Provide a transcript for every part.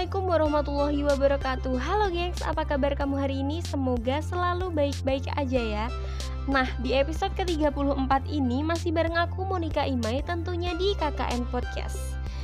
Assalamualaikum warahmatullahi wabarakatuh. Halo gengs, apa kabar kamu hari ini? Semoga selalu baik-baik aja ya. Nah, di episode ke-34 ini masih bareng aku Monica Imai, tentunya di KKN Podcast.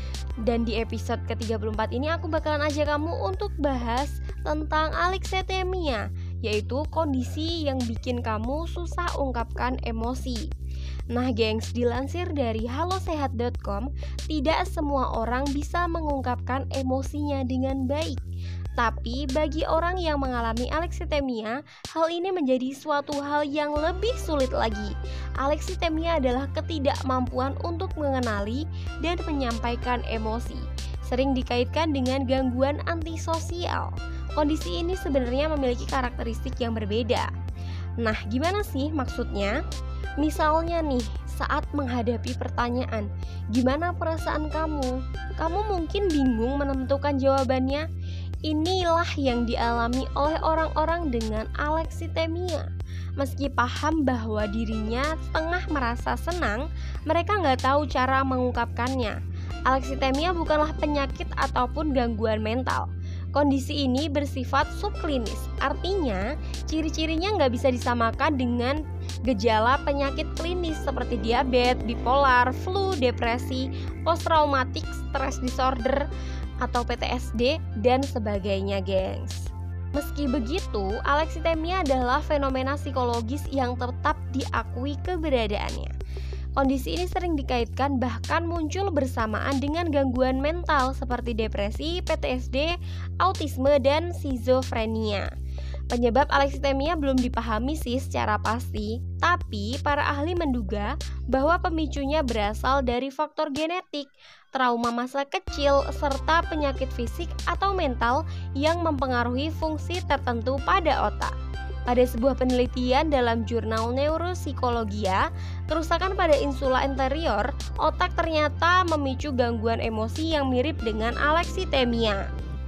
Dan di episode ke-34 ini aku bakalan ajak kamu untuk bahas tentang alexithymia, yaitu kondisi yang bikin kamu susah ungkapkan emosi. Nah gengs, dilansir dari halosehat.com, tidak semua orang bisa mengungkapkan emosinya dengan baik. Tapi bagi orang yang mengalami alexithymia, hal ini menjadi suatu hal yang lebih sulit lagi. Alexithymia adalah ketidakmampuan untuk mengenali dan menyampaikan emosi. Sering dikaitkan dengan gangguan antisosial. Kondisi ini sebenarnya memiliki karakteristik yang berbeda. Nah, gimana sih maksudnya? Misalnya nih, saat menghadapi pertanyaan, gimana perasaan kamu? Kamu mungkin bingung menentukan jawabannya. Inilah yang dialami oleh orang-orang dengan alexithymia. Meski paham bahwa dirinya tengah merasa senang, mereka nggak tahu cara mengungkapkannya. Alexithymia bukanlah penyakit ataupun gangguan mental. Kondisi ini bersifat subklinis, artinya ciri-cirinya nggak bisa disamakan dengan gejala penyakit klinis seperti diabetes, bipolar, flu, depresi, post-traumatic stress disorder, atau PTSD, dan sebagainya gengs. Meski begitu, alexithymia adalah fenomena psikologis yang tetap diakui keberadaannya. Kondisi ini sering dikaitkan bahkan muncul bersamaan dengan gangguan mental seperti depresi, PTSD, autisme, dan skizofrenia. Penyebab alexithymia belum dipahami sih secara pasti, tapi para ahli menduga bahwa pemicunya berasal dari faktor genetik, trauma masa kecil, serta penyakit fisik atau mental yang mempengaruhi fungsi tertentu pada otak. Pada sebuah penelitian dalam jurnal Neuropsikologia, kerusakan pada insula anterior otak ternyata memicu gangguan emosi yang mirip dengan alexithymia.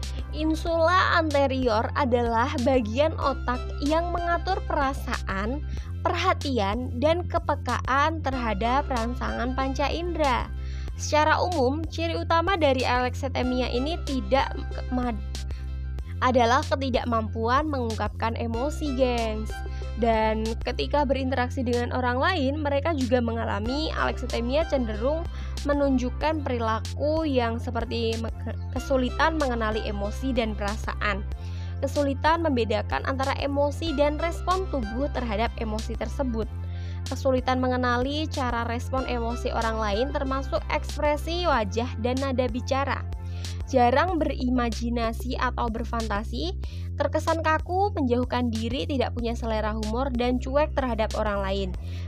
Insula anterior adalah bagian otak yang mengatur perasaan, perhatian, dan kepekaan terhadap rangsangan panca indera. Secara umum, ciri utama dari alexithymia ini adalah ketidakmampuan mengungkapkan emosi, gengs. Dan ketika berinteraksi dengan orang lain, mereka juga mengalami alexithymia, cenderung menunjukkan perilaku yang seperti kesulitan mengenali emosi dan perasaan, kesulitan membedakan antara emosi dan respon tubuh terhadap emosi tersebut, kesulitan mengenali cara respon emosi orang lain termasuk ekspresi wajah dan nada bicara, jarang berimajinasi atau berfantasi, terkesan kaku, menjauhkan diri, tidak punya selera humor, dan cuek terhadap orang lain,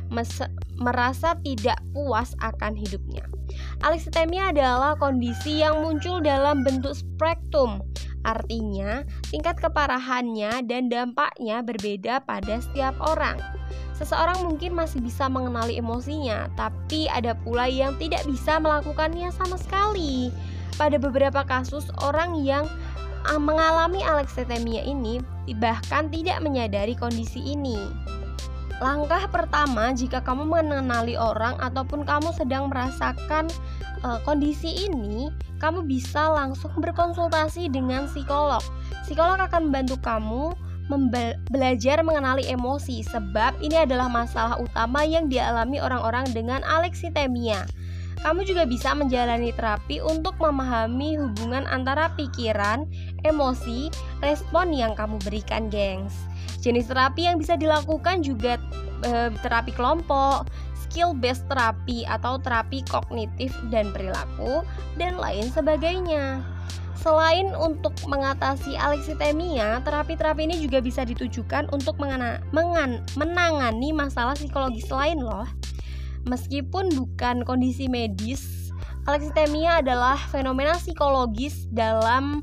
merasa tidak puas akan hidupnya. Alexithymia adalah kondisi yang muncul dalam bentuk spektrum, artinya tingkat keparahannya dan dampaknya berbeda pada setiap orang. Seseorang mungkin masih bisa mengenali emosinya, tapi ada pula yang tidak bisa melakukannya sama sekali. Pada beberapa kasus, orang yang mengalami alexithymia ini bahkan tidak menyadari kondisi ini. Langkah pertama jika kamu mengenali orang ataupun kamu sedang merasakan kondisi ini, kamu bisa langsung berkonsultasi dengan psikolog. Psikolog akan membantu kamu belajar mengenali emosi, sebab ini adalah masalah utama yang dialami orang-orang dengan alexithymia. Kamu juga bisa menjalani terapi untuk memahami hubungan antara pikiran, emosi, respon yang kamu berikan, gengs. Jenis terapi yang bisa dilakukan juga terapi kelompok, skill-based terapi atau terapi kognitif dan perilaku, dan lain sebagainya. Selain untuk mengatasi alexithymia, terapi-terapi ini juga bisa ditujukan untuk menangani masalah psikologis lain loh. Meskipun bukan kondisi medis, alexithymia adalah fenomena psikologis dalam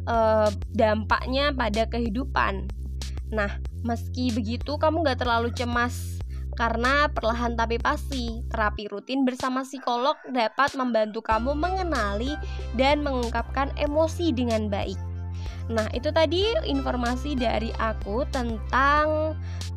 dampaknya pada kehidupan. Nah, meski begitu kamu gak terlalu cemas, karena perlahan tapi pasti, terapi rutin bersama psikolog dapat membantu kamu mengenali dan mengungkapkan emosi dengan baik. Nah, itu tadi informasi dari aku tentang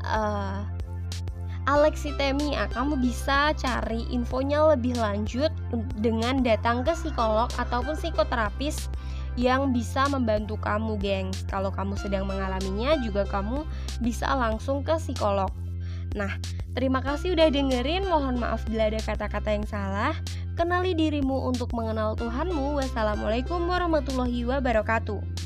alexithymia. Kamu bisa cari infonya lebih lanjut dengan datang ke psikolog ataupun psikoterapis yang bisa membantu kamu, gengs. Kalau kamu sedang mengalaminya juga kamu bisa langsung ke psikolog. Nah, terima kasih udah dengerin. Mohon maaf bila ada kata-kata yang salah. Kenali dirimu untuk mengenal Tuhanmu. Wassalamualaikum warahmatullahi wabarakatuh.